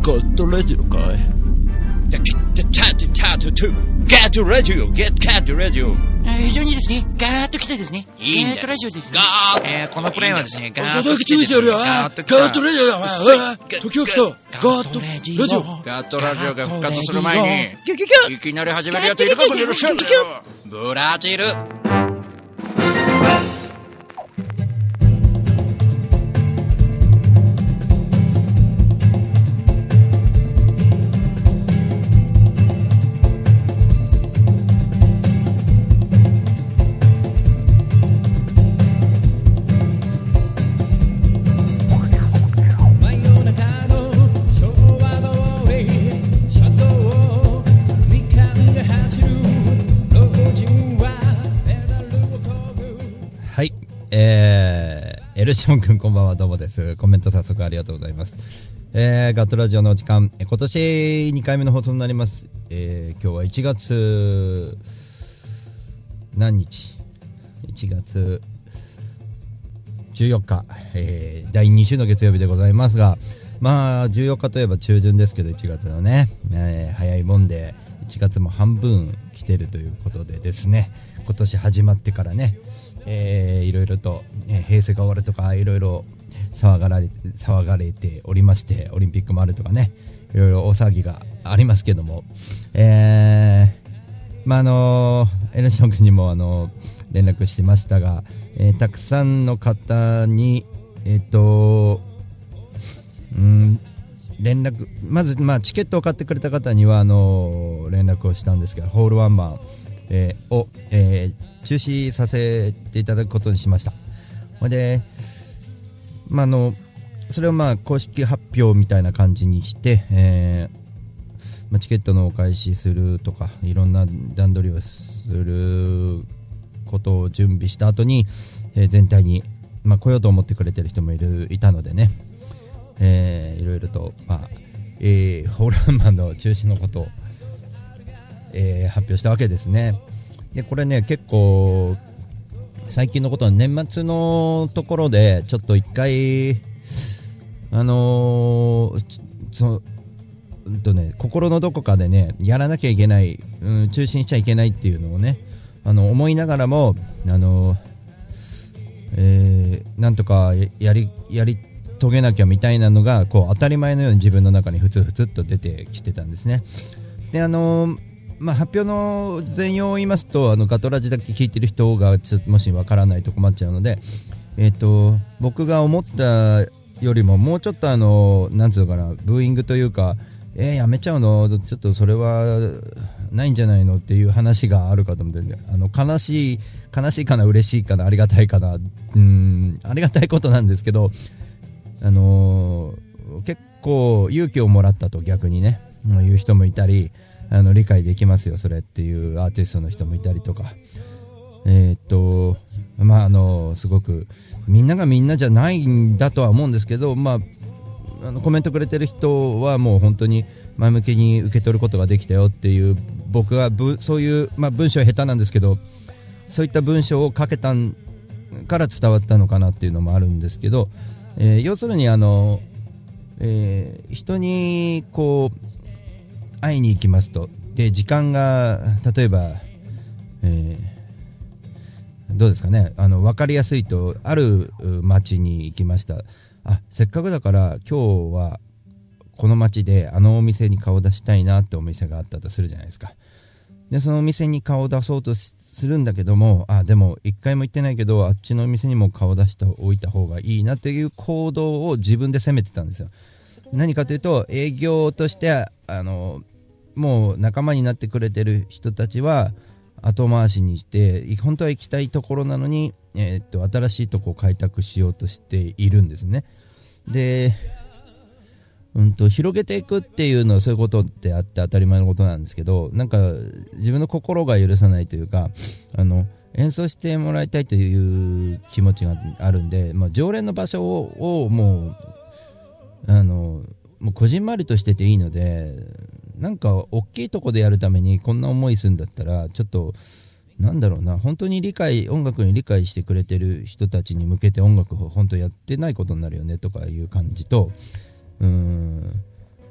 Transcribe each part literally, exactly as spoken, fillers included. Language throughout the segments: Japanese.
ットラジオかい。チャートチャートトゥガットラジオゲットガットラジオ。 非常にですね、ガーッと来てですね、 いいんです。 ガーッとラジオですね。 ガーッ、 えー、このプレイはですね、ガーッと来てですね、 ガーッとガーッとラジオだ。時を来た。ガーッとラジオ。ガーッとラジオが復活する前に、いきなり始めるやついるかもしれません。ブラジル。 エルシオン君こんばんは、どうもです。コメント早速ありがとうございます。えー、ガットラジオのお時間、今年にかいめの放送になります。えー、今日はいちがつ何日 ?いちがつじゅうよっか、えー、だいに週の月曜日でございますが、まあじゅうよっかといえば中旬ですけど、いちがつのね、えー、早いもんでいちがつも半分来てるということでですね、今年始まってからね、えー、いろいろと、えー、平成が終わるとかいろいろ騒がれ騒がれておりまして、オリンピックもあるとかね、いろいろ大騒ぎがありますけども、えー、まああのエルション君にもあの連絡しましたが、えー、たくさんの方にえっ、ー、とうん連絡まず、まあ、チケットを買ってくれた方にはあの連絡をしたんですけど、ホールワンマン、えー、を、えー中止させていただくことにしました。で、まあ、あのそれをまあ公式発表みたいな感じにして、えーまあ、チケットのお返しするとかいろんな段取りをすることを準備した後に、えー、全体に、まあ、来ようと思ってくれてる人もいるいたのでね、えー、いろいろと、まあえー、ホールワンマンの中止のことを、えー、発表したわけですね。でこれね、結構最近のことは年末のところでちょっと一回あのー、そうんとね心のどこかでねやらなきゃいけない、うん、中止にしちゃいけないっていうのをねあの思いながらもあのーえー、なんとかやりやり遂げなきゃみたいなのがこう当たり前のように自分の中にふつふつっと出てきてたんですね。であのーまあ、発表の全容を言いますと、あのガトラジだけ聞いてる人がちょっともしわからないと困っちゃうので、えーと、僕が思ったよりももうちょっとあのなんつうのかな、ブーイングというか、えー、やめちゃうの、ちょっとそれはないんじゃないのっていう話があるかと思って、ね、あの悲しい悲しいかな、嬉しいかな、ありがたいかな、うーんありがたいことなんですけど、あのー、結構勇気をもらったと逆にね言う人もいたり、あの理解できますよそれっていうアーティストの人もいたりとか、えー、っとまああのすごくみんながみんなじゃないんだとは思うんですけど、まああのコメントくれてる人はもう本当に前向きに受け取ることができたよっていう、僕はぶそういう、まあ、文章下手なんですけど、そういった文章を書けたんから伝わったのかなっていうのもあるんですけど、えー、要するにあの、えー、人にこう会いに行きますと、で時間が例えば、えー、どうですかね、あの分かりやすいと、ある町に行きました。あ、せっかくだから今日はこの町であのお店に顔を出したいなってお店があったとするじゃないですか。でそのお店に顔を出そうとするんだけども、あでも一回も行ってないけどあっちのお店にも顔を出しておいた方がいいなっていう行動を自分で責めてたんですよ。何かというと、営業としてあのもう仲間になってくれてる人たちは後回しにして、本当は行きたいところなのに、えー、っと新しいところを開拓しようとしているんですね。で、うんと広げていくっていうのはそういうことってあって当たり前のことなんですけど、なんか自分の心が許さないというか、あの演奏してもらいたいという気持ちがあるんで、まあ、常連の場所を、をもうあのもうこじんまりとしてていいので、なんか大きいとこでやるためにこんな思いするんだったら、ちょっとなんだろうな、本当に理解音楽に理解してくれてる人たちに向けて音楽を本当やってないことになるよねとかいう感じと、うーん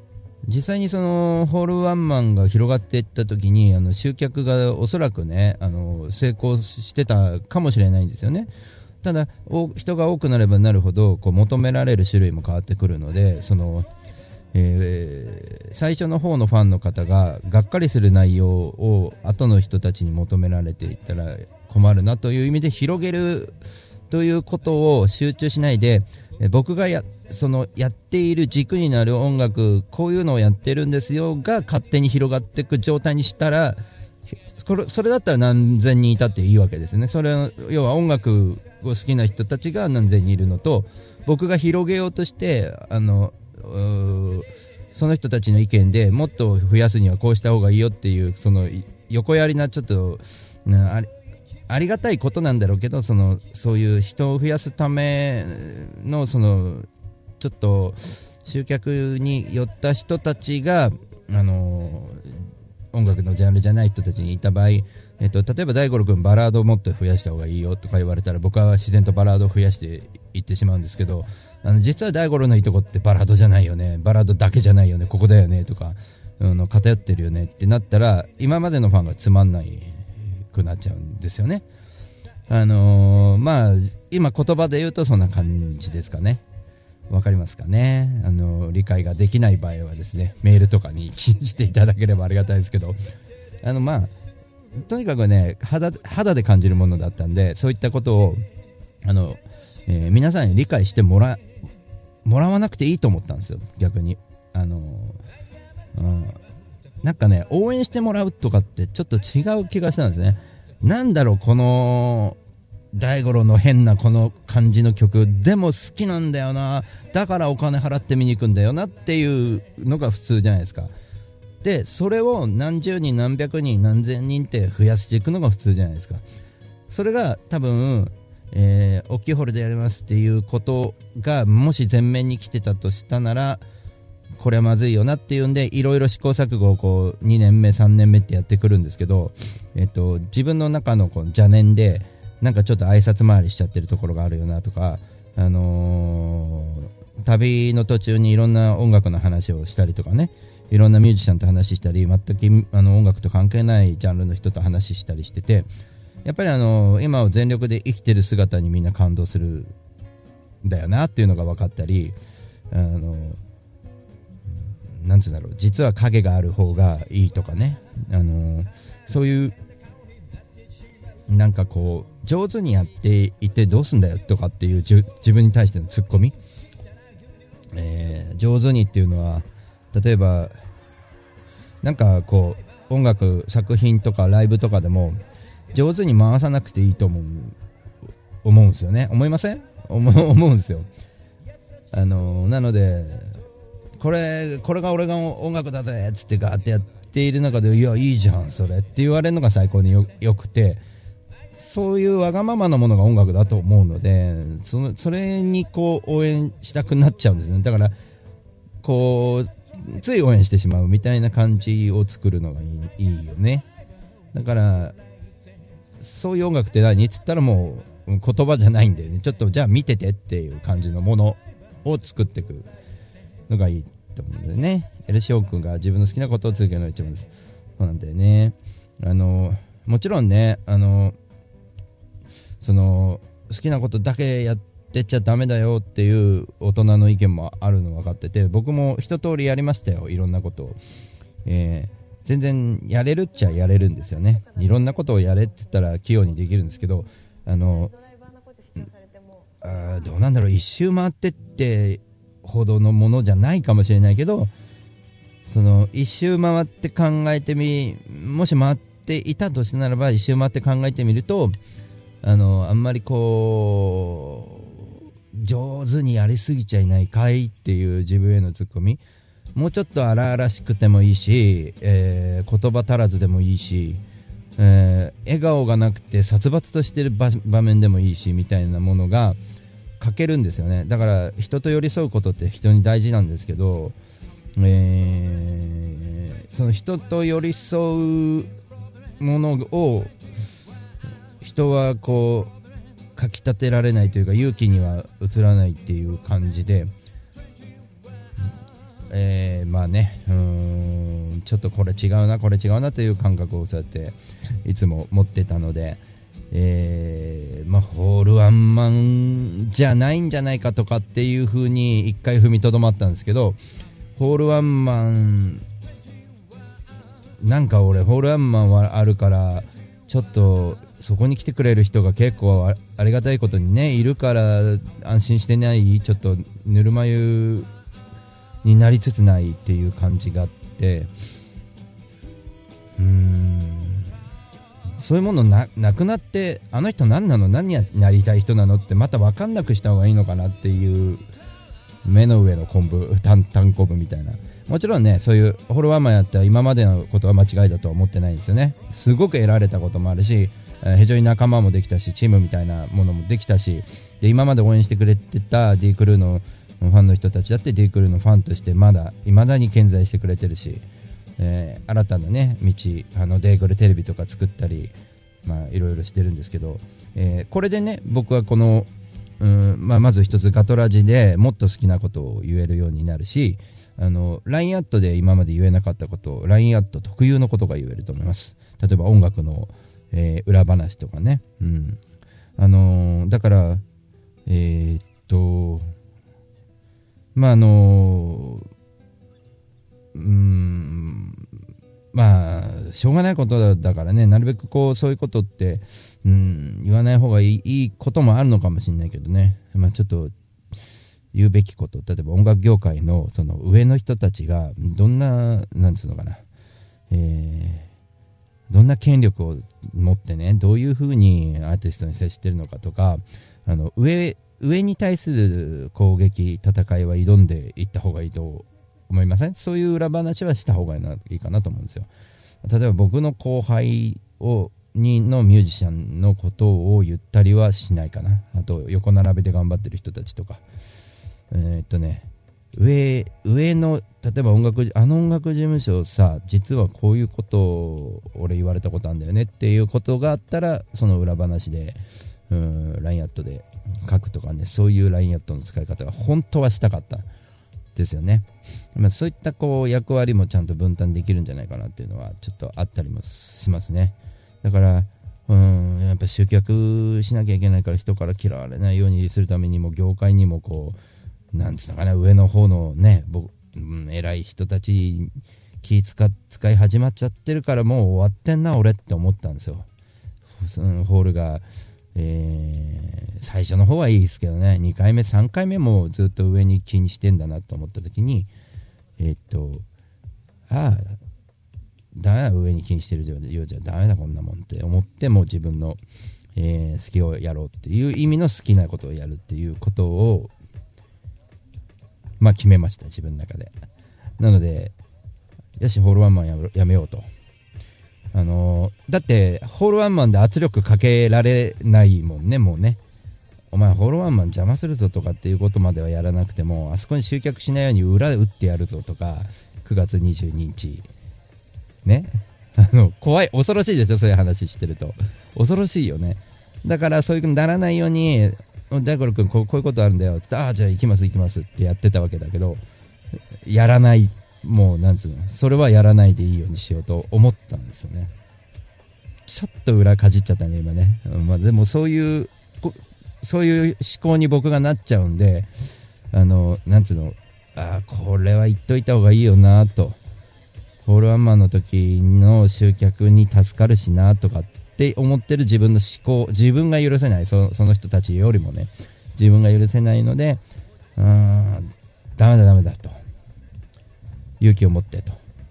実際にそのホールワンマンが広がっていった時にあの集客がおそらくねあの成功してたかもしれないんですよね。ただ人が多くなればなるほどこう求められる種類も変わってくるので、その、えー、最初の方のファンの方ががっかりする内容を後の人たちに求められていったら困るなという意味で、広げるということを集中しないで、え僕がやそのやっている軸になる音楽、こういうのをやってるんですよが勝手に広がっていく状態にしたら、これそれだったら何千人いたっていいわけですね。それ要は音楽を好きな人たちが何千人いるのと、僕が広げようとしてあのその人たちの意見でもっと増やすにはこうした方がいいよっていうその横やりなちょっとありありがたいことなんだろうけど、そのそういう人を増やすためのそのちょっと集客に寄った人たちがあの音楽のジャンルじゃない人たちにいた場合、えっと、例えば大五郎君バラードをもっと増やした方がいいよとか言われたら、僕は自然とバラードを増やしていってしまうんですけど、あの実は大五郎のいいとこってバラードじゃないよね、バラードだけじゃないよね、ここだよねとか、あの偏ってるよねってなったら今までのファンがつまんないくなっちゃうんですよね。あのー、まあ今言葉で言うとそんな感じですかね。わかりますかね。あのー、理解ができない場合はですねメールとかに記していただければありがたいですけど、あのまあとにかくね 肌, 肌で感じるものだったんで、そういったことをあの、えー、皆さんに理解してもらもらわなくていいと思ったんですよ、逆に。あのーうんなんかね応援してもらうとかってちょっと違う気がしたんですね。なんだろうこの大五郎の変なこの感じの曲でも好きなんだよな、だからお金払って見に行くんだよなっていうのが普通じゃないですか。でそれを何十人何百人何千人って増やしていくのが普通じゃないですか。それが多分、えー、大きいホールでやりますっていうことがもし前面に来てたとしたなら、これはまずいよなっていうんでいろいろ試行錯誤をこうにねんめさんねんめってやってくるんですけど、えっと、自分の中のこう邪念でなんかちょっと挨拶回りしちゃってるところがあるよなとか、あのー、旅の途中にいろんな音楽の話をしたりとかね、いろんなミュージシャンと話したり、全くあの音楽と関係ないジャンルの人と話したりしてて、やっぱりあのー、今を全力で生きてる姿にみんな感動するんだよなっていうのが分かったり、あのーなんつうんだろう、実は影がある方がいいとかね、あのー、そういうなんかこう上手にやっていてどうすんだよとかっていうじ自分に対してのツッコミ、えー、上手にっていうのは例えばなんかこう音楽作品とかライブとかでも上手に回さなくていいと思う思うんですよね。思いません？思思うんですよ。あのー、なのでこれこれが俺が音楽だぜっつってガーってやっている中で、いやいいじゃんそれって言われるのが最高に よ, よくて、そういうわがままなものが音楽だと思うので、そのそれにこう応援したくなっちゃうんですね。だからこうつい応援してしまうみたいな感じを作るのがいい、いいよね。だからそういう音楽って何って言ったらもう言葉じゃないんでね、ちょっとじゃあ見ててっていう感じのものを作っていくのがいいと思うんでね。エルシオ君が自分の好きなことを続けるのが一番です。そうなんだよね。あのもちろんね、あのその好きなことだけやってちゃダメだよっていう大人の意見もあるの分かってて、僕も一通りやりましたよ、いろんなことを。えー、全然やれるっちゃやれるんですよね。いろんなことをやれって言ったら器用にできるんですけど、あのあどうなんだろう、一周回ってってほどのものじゃないかもしれないけど、その一周回って考えてみ、もし回っていたとしたならば一周回って考えてみると、あのあんまりこう上手にやりすぎちゃいないかいっていう自分へのツッコミ、もうちょっと荒々しくてもいいし、えー、言葉足らずでもいいし、えー、笑顔がなくて殺伐としてる 場, 場面でもいいしみたいなものが書けるんですよね。だから人と寄り添うことって人に大事なんですけど、えー、その人と寄り添うものを人はこうかき立てられないというか、勇気には移らないっていう感じで、 えー、まあね、うーん、ちょっとこれ違うな、これ違うなという感覚をそうやっていつも持ってたので、えー、まあホールワンマンじゃないんじゃないかとかっていう風に一回踏みとどまったんですけど、ホールワンマンなんか俺ホールワンマンはあるからちょっとそこに来てくれる人が結構 あ, ありがたいことにねいるから安心してない、ちょっとぬるま湯になりつつないっていう感じがあって、うーん、そういうもの な, なくなって、あの人何なの、何になりたい人なのってまた分かんなくした方がいいのかなっていう、目の上の昆布、タンタン昆布みたいな。もちろんね、そういうホールワンマンやったら今までのことは間違いだとは思ってないんですよね。すごく得られたこともあるし、非常に仲間もできたし、チームみたいなものもできたし、で今まで応援してくれてた D クルーのファンの人たちだって D クルーのファンとしてまだ未だに健在してくれてるし、えー、新たなね道、あの D クルーテレビとか作ったり、まあいろいろしてるんですけど、えー、これでね僕はこの、うんまあ、まず一つガトラジでもっと好きなことを言えるようになるし、あの ライン アットで今まで言えなかったことを ライン アット特有のことが言えると思います。例えば音楽の、えー、裏話とかね、うん、あのー、だからえー、っとまああのー、うーんまあしょうがないことだからね、なるべくこうそういうことってうん言わない方がいい、いいこともあるのかもしれないけどね、まあちょっと言うべきこと、例えば音楽業界のその上の人たちがどんな、なんつうのかな、えー、どんな権力を持ってね、どういうふうにアーティストに接してるのかとか、あの上上に対する攻撃、戦いは挑んでいった方がいいと思いません？そういう裏話はした方がいいかなと思うんですよ。例えば僕の後輩をにのミュージシャンのことを言ったりはしないかな。あと横並べで頑張ってる人たちとか、えー、っとね上上の例えば音楽あの音楽事務所さ、実はこういうことを俺言われたことあるんだよねっていうことがあったら、その裏話でうん ライン アットで書くとかね、そういう ライン アットの使い方が本当はしたかったですよね。まあ、そういったこう役割もちゃんと分担できるんじゃないかなっていうのはちょっとあったりもしますね。だからうんやっぱ集客しなきゃいけないから、人から嫌われないようにするためにも業界にもこうなんつうのかな、上の方のね僕、うん、偉い人たち気使使い始まっちゃってるから、もう終わってんな俺って思ったんですよ。うん、ホールがえー、最初の方はいいですけどね、にかいめさんかいめもずっと上に気にしてんだなと思った時に、えー、っとああダメだ、上に気にしてるようじゃダメだこんなもんって思って、もう自分の、えー、好きをやろうっていう意味の好きなことをやるっていうことをまあ決めました、自分の中で。なのでよしホールワンマン や, やめようと。あのー、だってホールワンマンで圧力かけられないもんね、もうね。お前ホールワンマン邪魔するぞとかっていうことまではやらなくても、あそこに集客しないように裏打ってやるぞとか、くがつにじゅうににちね、あの怖い、恐ろしいですよ、そういう話してると恐ろしいよね。だからそういう風にならないように、大五郎君こう、こういうことあるんだよって、ああじゃあ行きます行きますってやってたわけだけど、やらない、もうなんつうの、それはやらないでいいようにしようと思ったんですよね。ちょっと裏かじっちゃったね今ね、うん、まあ、でもそういうそういう思考に僕がなっちゃうんで、あのなんつうの、あこれは言っといた方がいいよなと、ホールワンマンの時の集客に助かるしなとかって思ってる自分の思考、自分が許せない、 そ, その人たちよりもね自分が許せないので、うーんダメだダメだと勇気を持ってと。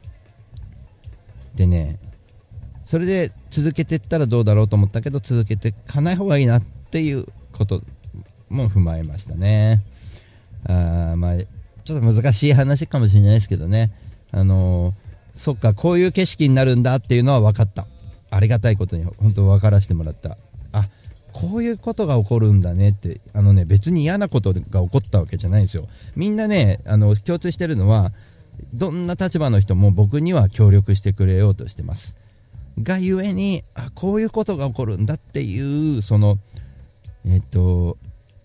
でね、それで続けていったらどうだろうと思ったけど、続けていかない方がいいなっていうことも踏まえましたね。あまあちょっと難しい話かもしれないですけどね、あのー、そっかこういう景色になるんだっていうのは分かった。ありがたいことに本当分からせてもらった。あこういうことが起こるんだねって。あのね別に嫌なことが起こったわけじゃないんですよ。みんなねあの共通してるのは、どんな立場の人も僕には協力してくれようとしてますがゆえに、あこういうことが起こるんだっていうそのえっと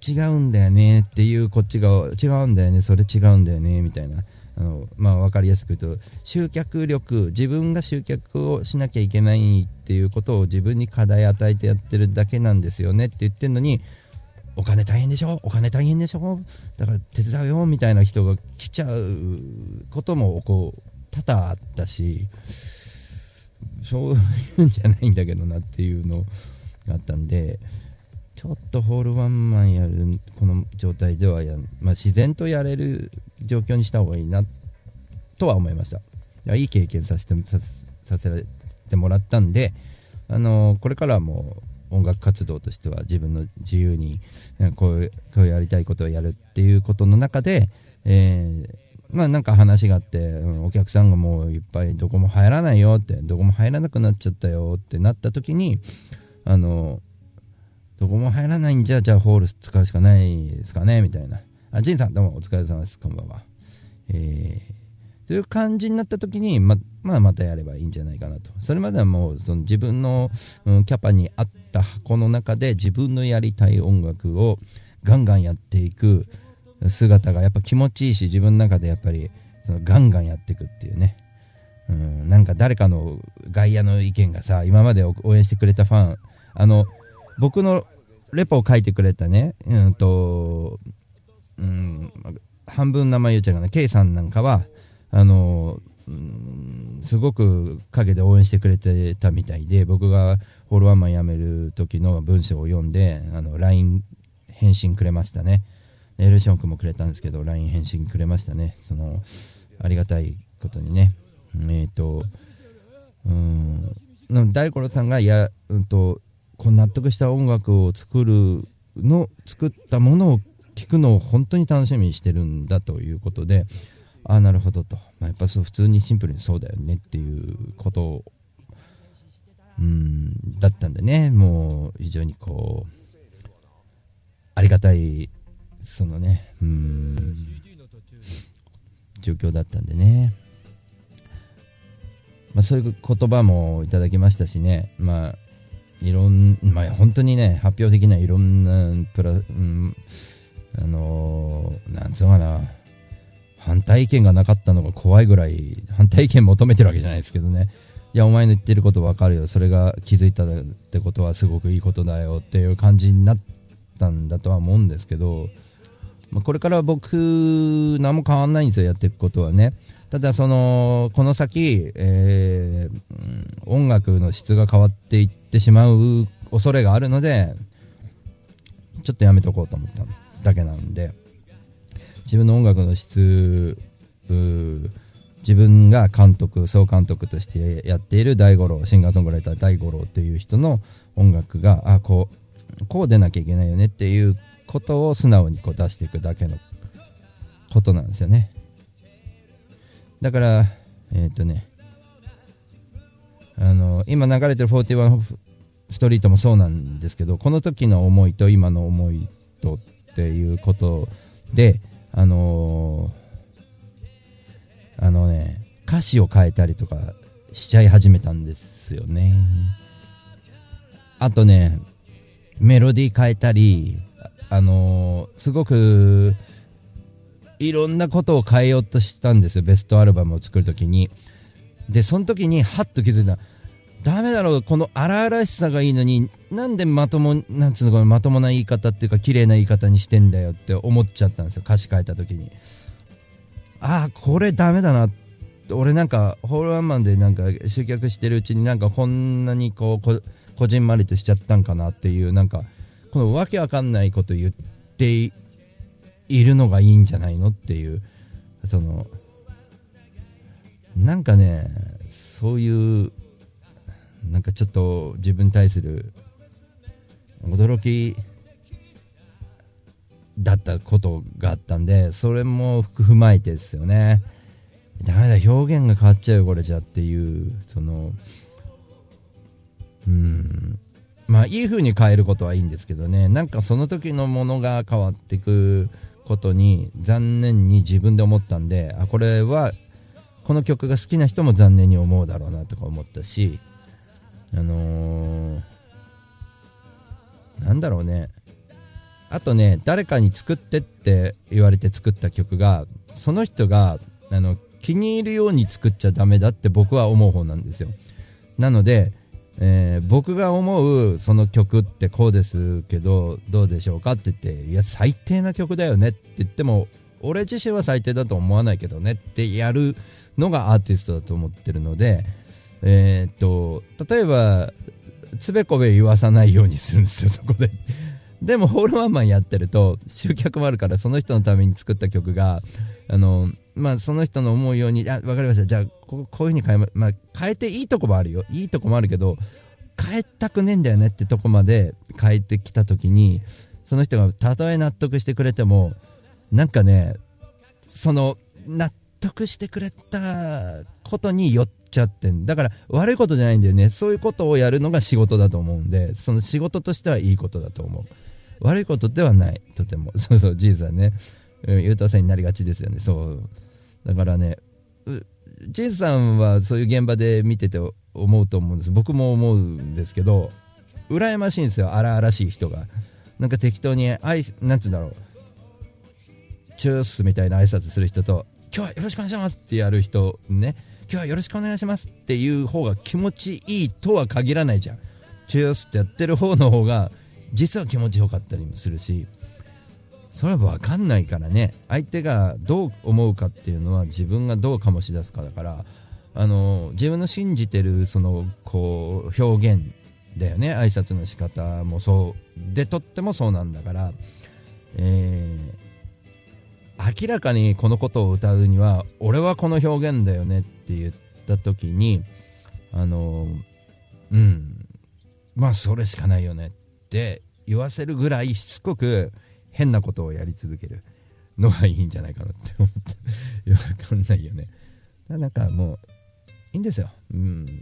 違うんだよねっていう、こっちが違うんだよね、それ違うんだよねみたいな、あの、まあ、分かりやすく言うと、集客力、自分が集客をしなきゃいけないっていうことを自分に課題与えてやってるだけなんですよねって言ってるのに、お金大変でしょ、お金大変でしょ、だから手伝うよみたいな人が来ちゃうこともこう多々あったし、そういうんじゃないんだけどなっていうのがあったんで、ちょっとホールワンマンやるこの状態ではや、まあ、自然とやれる状況にした方がいいなとは思いました。いや、いい経験させてささせてもらったんで、あのー、これからはもう音楽活動としては自分の自由にこう、こうやりたいことをやるっていうことの中で、えー、まあなんか話があって、うん、お客さんがもういっぱいどこも入らないよって、どこも入らなくなっちゃったよってなった時に、あのーどこも入らないんじゃ、じゃあホール使うしかないですかねみたいな。あ、ジンさんどうもお疲れ様です、こんばんは。えー、という感じになった時に、ま、まあまたやればいいんじゃないかなと。それまではもうその自分の、うん、キャパに合った箱の中で自分のやりたい音楽をガンガンやっていく姿がやっぱ気持ちいいし、自分の中でやっぱりそのガンガンやっていくっていうね。うん、なんか誰かの外野の意見がさ、今まで応援してくれたファン、あの僕のレポを書いてくれたね、うんと、うん、半分名前言っちゃうかな、K さんなんかは、あの、うん、すごく陰で応援してくれてたみたいで、僕がホールワンマン辞める時の文章を読んで、あの ライン 返信くれましたね。エルション君もくれたんですけど、ライン 返信くれましたね。その、ありがたいことにね。えっと、うん、大五郎さんが、いや、うんと、こう納得した音楽を作るの作ったものを聴くのを本当に楽しみにしてるんだということで、ああなるほどと、まあ、やっぱそう普通にシンプルにそうだよねっていうことをうんだったんでね、もう非常にこうありがたいそのねうん状況だったんでね、まあ、そういう言葉もいただきましたしね、まあいろんまあ本当にね発表できないいろんなプラ、うん、あのー、なんつうのかな、反対意見がなかったのが怖いぐらい反対意見求めてるわけじゃないですけどね、いやお前の言ってること分かるよ、それが気づいたってことはすごくいいことだよっていう感じになったんだとは思うんですけど、まあ、これから僕何も変わんないんですよ、やっていくことはね。ただそのこの先、えー、音楽の質が変わっていってしまう恐れがあるのでちょっとやめとこうと思っただけなんで、自分の音楽の質、自分が監督総監督としてやっている大五郎、シンガーソングライター大五郎という人の音楽があこうこう出なきゃいけないよねっていうことを素直にこう出していくだけのことなんですよね。だから、えっとね、あの、今流れてるフォーティワンストリートもそうなんですけど、この時の思いと今の思いとっていうことで、あのー、あのね、歌詞を変えたりとかしちゃい始めたんですよね。あとね、メロディー変えたり、あのー、すごく、いろんなことを変えようとしたんですよ、ベストアルバムを作るときに。でその時にハッと気づいた、ダメだろう、この荒々しさがいいのになんでまともなんつうのかな、まともな言い方っていうか綺麗な言い方にしてんだよって思っちゃったんですよ、歌詞変えた時に。ああこれダメだな、俺なんかホールワンマンでなんか集客してるうちになんかこんなにこうここじんまりとしちゃったんかなっていう、なんかこのわけわかんないこと言っていいるのがいいんじゃないのっていう、そのなんかね、そういうなんかちょっと自分に対する驚きだったことがあったんで、それも踏まえてですよね。ダメだ、表現が変わっちゃうよこれじゃっていう、そのうーんまあいい風に変えることはいいんですけどね、なんかその時のものが変わっていくことに残念に自分で思ったんで、あこれはこの曲が好きな人も残念に思うだろうなとか思ったし、あのー、なんだろうね、 あとね、誰かに作ってって言われて作った曲が、その人があの気に入るように作っちゃダメだって僕は思う方なんですよ。なので、えー、僕が思うその曲ってこうですけどどうでしょうかって言って、いや最低な曲だよねって言っても、俺自身は最低だと思わないけどねってやるのがアーティストだと思ってるので、えー、っと例えばつべこべ言わさないようにするんですよ、そこで。でもホールワンマンやってると集客もあるから、その人のために作った曲があの、まあ、その人の思うように、あ、わかりました、じゃあこ, こういう風に変えま、まあ、変えていいとこもあるよ、いいとこもあるけど変えたくねえんだよねってとこまで変えてきた時に、その人がたとえ納得してくれても、なんかね、その納得してくれたことによっちゃってんだから、悪いことじゃないんだよね。そういうことをやるのが仕事だと思うんで、その仕事としてはいいことだと思う。悪いことではない、とても。そうそう、ジーズはね、ゆうたさんになりがちですよね。そうだからね、ジーズさんはそういう現場で見てて思うと思うんです。僕も思うんですけど、羨ましいんですよ、荒々しい人が。なんか適当にあいなんて言うんだろう、チュースみたいな挨拶する人と、今日はよろしくお願いしますってやる人ね、今日はよろしくお願いしますっていう方が気持ちいいとは限らないじゃん。チュースってやってる方の方が実は気持ちよかったりもするし、それは分かんないからね。相手がどう思うかっていうのは自分がどう醸し出すかだから、あの自分の信じてるそのこう表現だよね。挨拶の仕方もそうで、とってもそうなんだから、えー、明らかにこのことを歌うには俺はこの表現だよねって言った時に、あのうんまあそれしかないよねって言わせるぐらいしつこく変なことをやり続けるのがいいんじゃないかなって思って。いや、わかんないよね。なんかもういいんですよ、うん、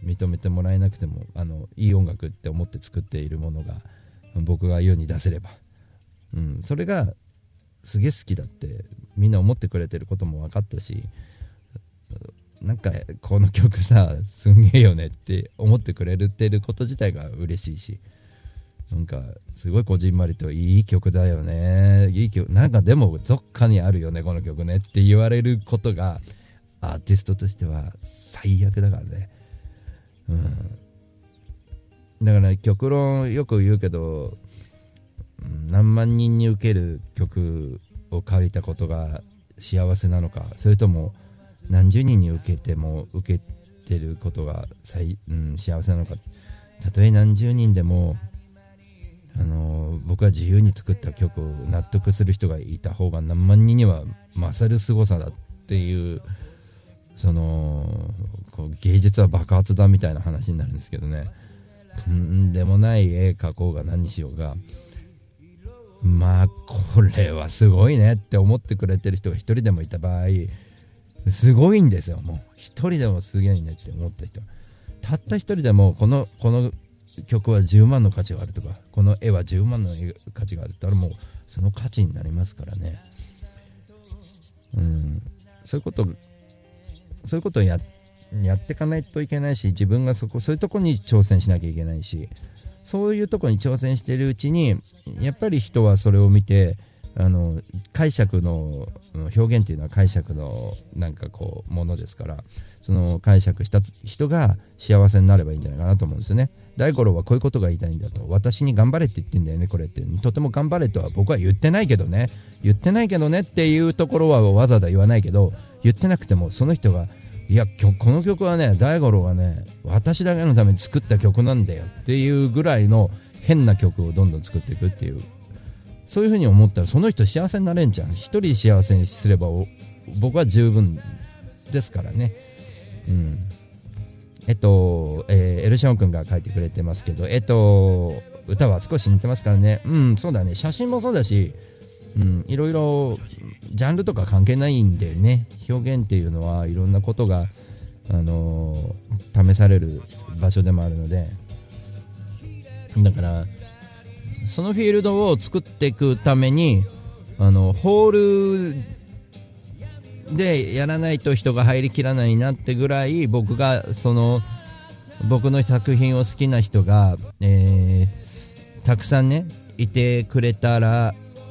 認めてもらえなくても、あのいい音楽って思って作っているものが僕が世に出せれば、うん、それがすげえ好きだってみんな思ってくれてることも分かったし、なんかこの曲さすんげえよねって思ってくれてること自体が嬉しいし、なんかすごいこじんまりといい曲だよね、いい曲なんかでもどっかにあるよねこの曲ねって言われることがアーティストとしては最悪だからね、うん、だから極論よく言うけど、何万人に受ける曲を書いたことが幸せなのか、それとも何十人に受けても受けてることが最、うん、幸せなのか。たとえ何十人でもあのー、僕は自由に作った曲を納得する人がいた方が何万人には勝る凄さだっていう、そのこう芸術は爆発だみたいな話になるんですけどね、とんでもない絵描こうが何しようが、まあこれはすごいねって思ってくれてる人が一人でもいた場合すごいんですよ。もう一人でもすげえねって思った人、たった一人でもこのこの曲はじゅうまんの価値があるとか、この絵はじゅうまんの価値があるって言ったらもうその価値になりますからね。うん、そういうことそういうことを や, やっていかないといけないし、自分がそこそういうとこに挑戦しなきゃいけないし、そういうとこに挑戦しているうちにやっぱり人はそれを見て、あの解釈の表現っていうのは解釈のなんかこうものですから、その解釈した人が幸せになればいいんじゃないかなと思うんですよね。大五郎はこういうことが言いたいんだと、私に頑張れって言ってんだよねこれって、とても頑張れとは僕は言ってないけどね言ってないけどねっていうところはわざわざ言わないけど、言ってなくてもその人がいやこの曲はね大五郎がね私だけのために作った曲なんだよっていうぐらいの変な曲をどんどん作っていくっていう、そういう風に思ったらその人幸せになれんじゃん。一人幸せにすれば僕は十分ですからね。うん。えっと、えー、エルシオン君が書いてくれてますけど、えっと歌は少し似てますからね。うん、そうだね。写真もそうだし、うん、いろいろジャンルとか関係ないんでね。表現っていうのはいろんなことがあのー、試される場所でもあるので、だからそのフィールドを作っていくためにあのホールでやらないと人が入りきらないなってぐらい、僕がその僕の作品を好きな人が、えー、たくさんねいてくれたら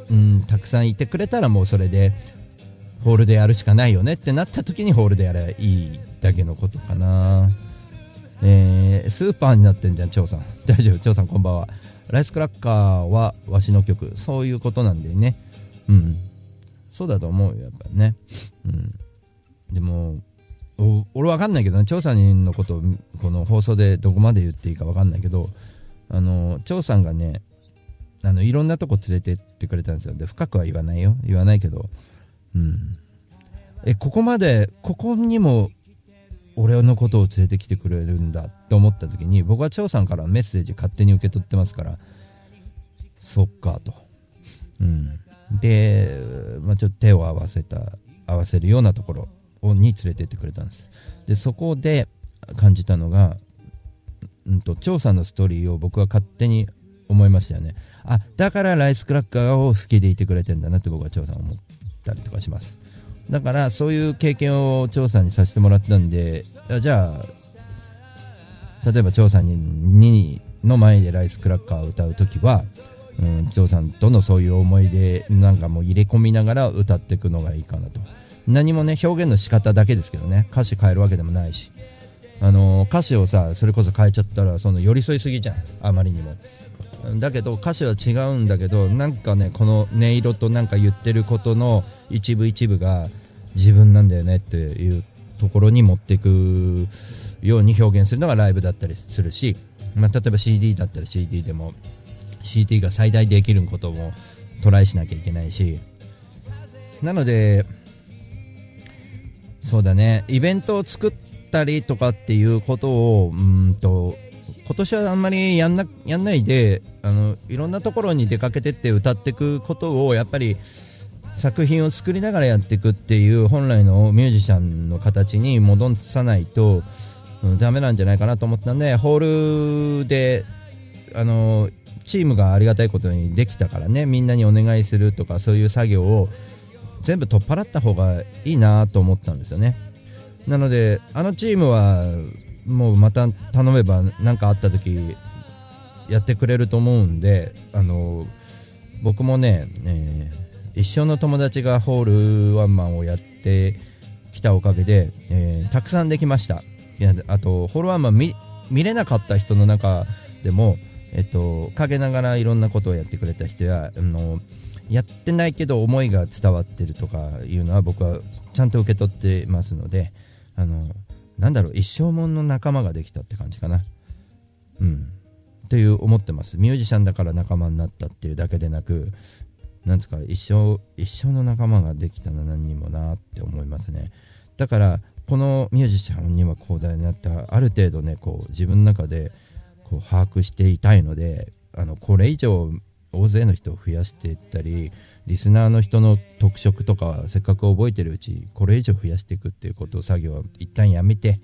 うん、たくさんいてくれたらもうそれでホールでやるしかないよねってなった時にホールでやればいいだけのことかな。えー、スーパーになってんじゃん、張さん。大丈夫、張さんこんばんは。ライスクラッカーはわしの曲、そういうことなんでね。うん。そうだと思うよ、やっぱりね。うん。でも、俺わかんないけどね、張さんのことをこの放送でどこまで言っていいかわかんないけど、あの、張さんがね、あの、いろんなとこ連れてってくれたんですよ。で、深くは言わないよ。言わないけど、うん。え、ここまで、ここにも、俺のことを連れてきてくれるんだって思った時に、僕は張さんからメッセージ勝手に受け取ってますから、そっかと。うん。で、まあ、ちょっと手を合わせた、合わせるようなところをに連れてってくれたんです。で、そこで感じたのが、うんと、張さんのストーリーを僕は勝手に思いましたよね。あ、だからライスクラッカーを好きでいてくれてんだなって僕は張さん思ったりとかします。だからそういう経験を張さんにさせてもらったんで、じゃあ例えば張さん に, にの前でライスクラッカーを歌うときは、うん、張さんとのそういう思い出なんかも入れ込みながら歌っていくのがいいかなと。何もね、表現の仕方だけですけどね、歌詞変えるわけでもないし、あのー、歌詞をさそれこそ変えちゃったらその寄り添いすぎじゃん、あまりにも。だけど歌詞は違うんだけど、なんかね、この音色となんか言ってることの一部一部が自分なんだよねっていうところに持っていくように表現するのがライブだったりするし、まあ、例えば シーディー だったら シーディー でも シーディー が最大できることもトライしなきゃいけないし、なのでそうだね、イベントを作ったりとかっていうことをうんと今年はあんまりやんな、やんないで、あのいろんなところに出かけてって歌っていくことをやっぱり作品を作りながらやっていくっていう本来のミュージシャンの形に戻さないと、うん、ダメなんじゃないかなと思ったんで、ホールであのチームがありがたいことにできたからね、みんなにお願いするとかそういう作業を全部取っ払った方がいいなと思ったんですよね。なのであのチームはもうまた頼めば何かあった時やってくれると思うんで、あの僕もね、えー、一生の友達がホールワンマンをやってきたおかげで、えー、たくさんできました。いや、あとホールワンマン 見, 見れなかった人の中でも、えっと、陰ながらいろんなことをやってくれた人や、あのやってないけど思いが伝わってるとかいうのは僕はちゃんと受け取ってますので、あのなんだろう、一生もんの仲間ができたって感じかな、うんっていう思ってます。ミュージシャンだから仲間になったっていうだけでなく、なんですか、一生一生の仲間ができたの何人もなって思いますね。だからこのミュージシャンには広大になったある程度ね、こう自分の中でこう把握していたいので、あのこれ以上大勢の人を増やしていったり、リスナーの人の特色とかせっかく覚えてるうちこれ以上増やしていくっていうことを作業は一旦やめて、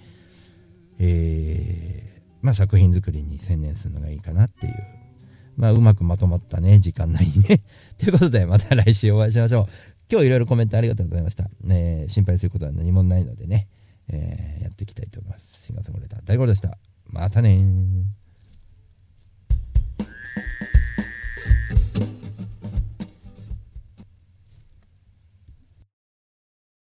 えーまあ、作品作りに専念するのがいいかなっていう、まあ、うまくまとまったね時間内にねということで、また来週お会いしましょう。今日いろいろコメントありがとうございました、ね、心配することは何もないのでね、えー、やっていきたいと思います。シンガーソングライター大五郎でした。またねー。